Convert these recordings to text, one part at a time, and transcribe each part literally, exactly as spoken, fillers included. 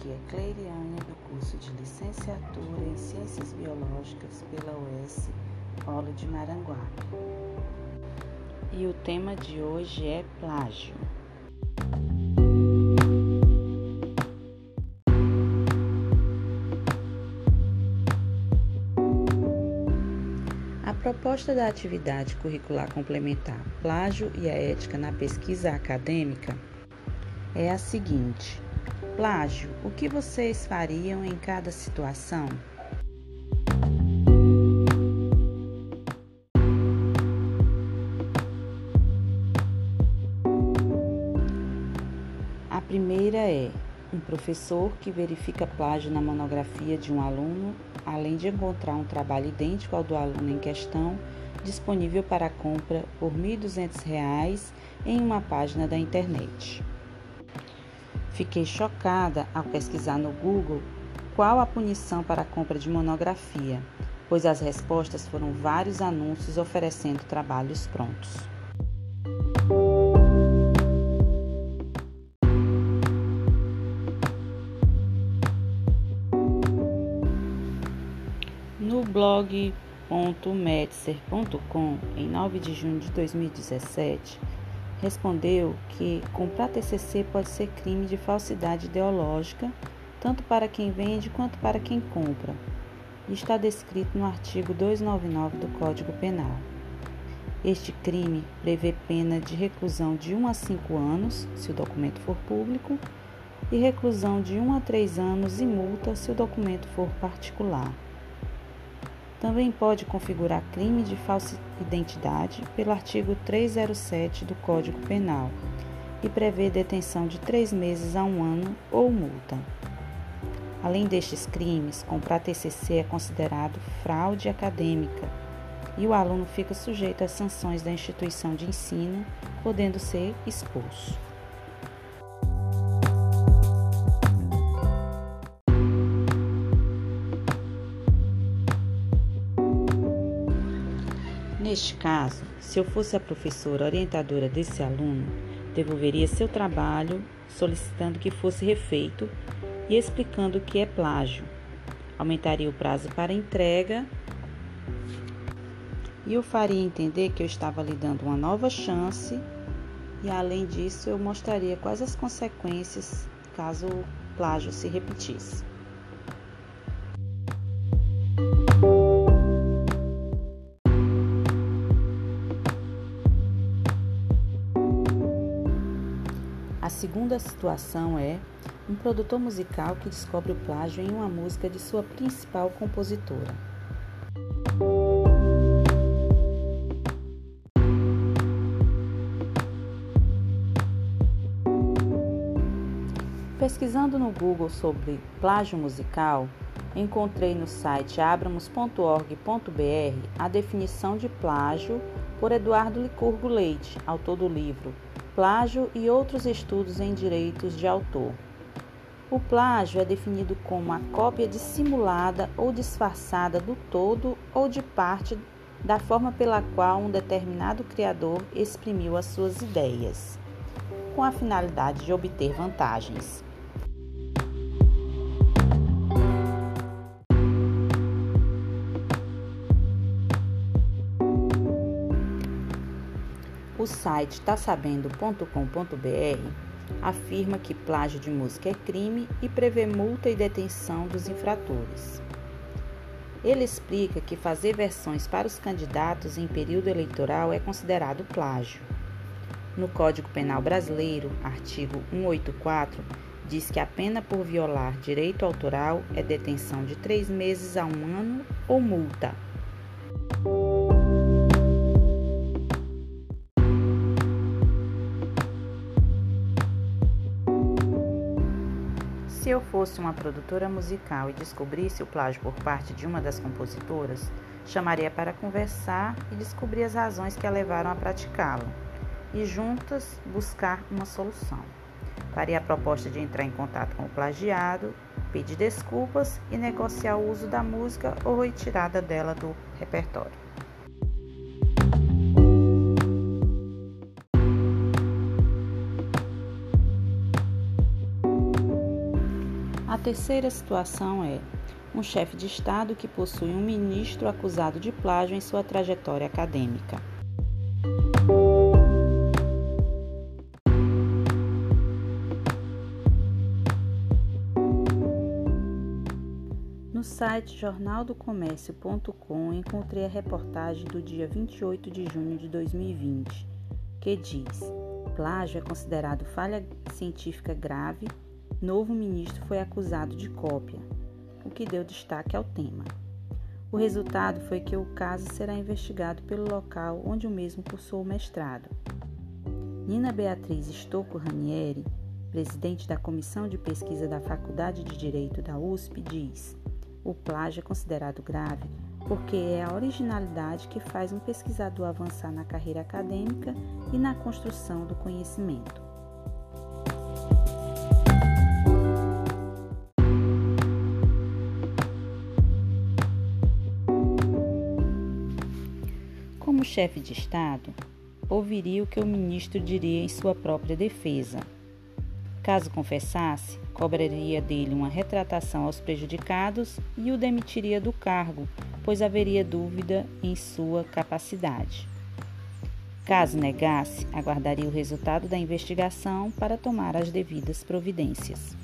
Aqui é Cleiriane, do curso de Licenciatura em Ciências Biológicas pela U E S, Polo de Maranguá. E o tema de hoje é plágio. A proposta da atividade curricular complementar Plágio e a Ética na Pesquisa Acadêmica é a seguinte: plágio, o que vocês fariam em cada situação? A primeira é um professor que verifica plágio na monografia de um aluno, além de encontrar um trabalho idêntico ao do aluno em questão, disponível para compra por mil e duzentos reais em uma página da internet. Fiquei chocada ao pesquisar no Google qual a punição para a compra de monografia, pois as respostas foram vários anúncios oferecendo trabalhos prontos. No blog ponto metzer ponto com, em nove de junho de dois mil e dezessete, respondeu que comprar T C C pode ser crime de falsidade ideológica, tanto para quem vende quanto para quem compra, e está descrito no artigo duzentos e noventa e nove do Código Penal. Este crime prevê pena de reclusão de um a cinco anos, se o documento for público, e reclusão de um a três anos e multa se o documento for particular. Também pode configurar crime de falsa identidade pelo artigo trezentos e sete do Código Penal e prevê detenção de três meses a um ano ou multa. Além destes crimes, comprar T C C é considerado fraude acadêmica e o aluno fica sujeito às sanções da instituição de ensino, podendo ser expulso. Neste caso, se eu fosse a professora orientadora desse aluno, devolveria seu trabalho solicitando que fosse refeito e explicando o que é plágio. Aumentaria o prazo para entrega e o faria entender que eu estava lhe dando uma nova chance e, além disso, eu mostraria quais as consequências caso o plágio se repetisse. A segunda situação é um produtor musical que descobre o plágio em uma música de sua principal compositora. Pesquisando no Google sobre plágio musical, encontrei no site abramos ponto org ponto br a definição de plágio por Eduardo Licurgo Leite, autor do livro Plágio e Outros Estudos em Direitos de Autor. O plágio é definido como a cópia dissimulada ou disfarçada do todo ou de parte da forma pela qual um determinado criador exprimiu as suas ideias, com a finalidade de obter vantagens. O site tá sabendo ponto com ponto br afirma que plágio de música é crime e prevê multa e detenção dos infratores. Ele explica que fazer versões para os candidatos em período eleitoral é considerado plágio. No Código Penal brasileiro, artigo cento e oitenta e quatro, diz que a pena por violar direito autoral é detenção de três meses a um ano ou multa. Se eu fosse uma produtora musical e descobrisse o plágio por parte de uma das compositoras, chamaria para conversar e descobrir as razões que a levaram a praticá-lo, e juntas buscar uma solução. Faria a proposta de entrar em contato com o plagiado, pedir desculpas e negociar o uso da música ou retirada dela do repertório. terceira situação é um chefe de Estado que possui um ministro acusado de plágio em sua trajetória acadêmica. No site jornal do comércio ponto com encontrei a reportagem do dia vinte e oito de junho de dois mil e vinte, que diz: plágio é considerado falha científica grave, novo ministro foi acusado de cópia, o que deu destaque ao tema. O resultado foi que o caso será investigado pelo local onde o mesmo cursou o mestrado. Nina Beatriz Stocco Ranieri, presidente da Comissão de Pesquisa da Faculdade de Direito da U S P, diz: o plágio é considerado grave porque é a originalidade que faz um pesquisador avançar na carreira acadêmica e na construção do conhecimento. Como chefe de Estado, ouviria o que o ministro diria em sua própria defesa. Caso confessasse, cobraria dele uma retratação aos prejudicados e o demitiria do cargo, pois haveria dúvida em sua capacidade. Caso negasse, aguardaria o resultado da investigação para tomar as devidas providências.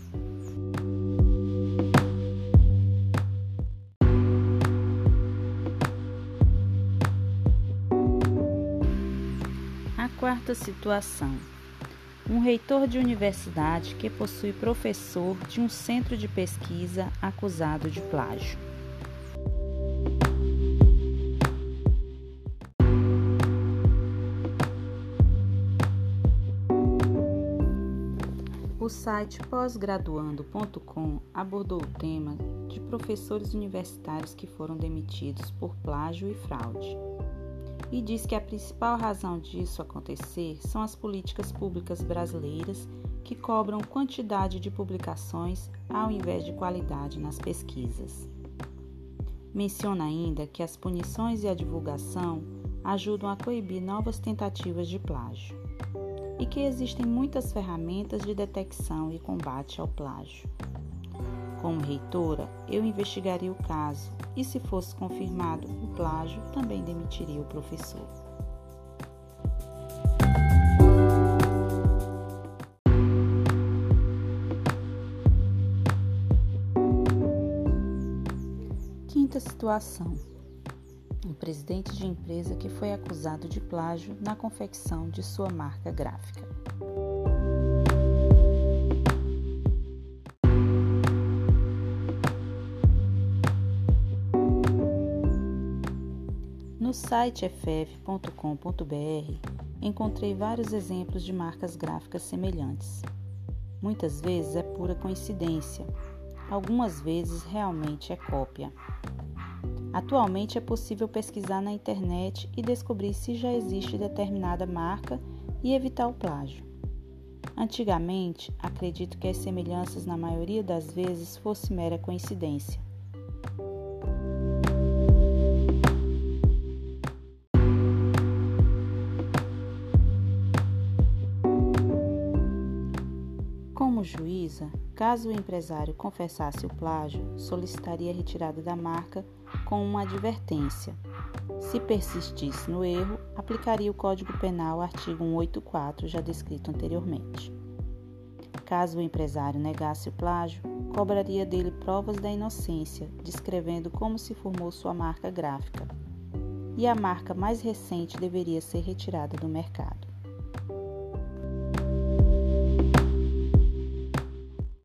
A quarta situação: um reitor de universidade que possui professor de um centro de pesquisa acusado de plágio. O site pós graduando ponto com abordou o tema de professores universitários que foram demitidos por plágio e fraude. E diz que a principal razão disso acontecer são as políticas públicas brasileiras que cobram quantidade de publicações ao invés de qualidade nas pesquisas. Menciona ainda que as punições e a divulgação ajudam a coibir novas tentativas de plágio e que existem muitas ferramentas de detecção e combate ao plágio. Como reitora, eu investigaria o caso e, se fosse confirmado o plágio, também demitiria o professor. Quinta situação: um presidente de empresa que foi acusado de plágio na confecção de sua marca gráfica. No site f f ponto com ponto b r encontrei vários exemplos de marcas gráficas semelhantes. Muitas vezes é pura coincidência, algumas vezes realmente é cópia. Atualmente é possível pesquisar na internet e descobrir se já existe determinada marca e evitar o plágio. Antigamente, acredito que as semelhanças na maioria das vezes fosse mera coincidência. Como juíza, caso o empresário confessasse o plágio, solicitaria a retirada da marca com uma advertência. Se persistisse no erro, aplicaria o Código Penal, artigo cento e oitenta e quatro, já descrito anteriormente. Caso o empresário negasse o plágio, cobraria dele provas da inocência, descrevendo como se formou sua marca gráfica. E a marca mais recente deveria ser retirada do mercado.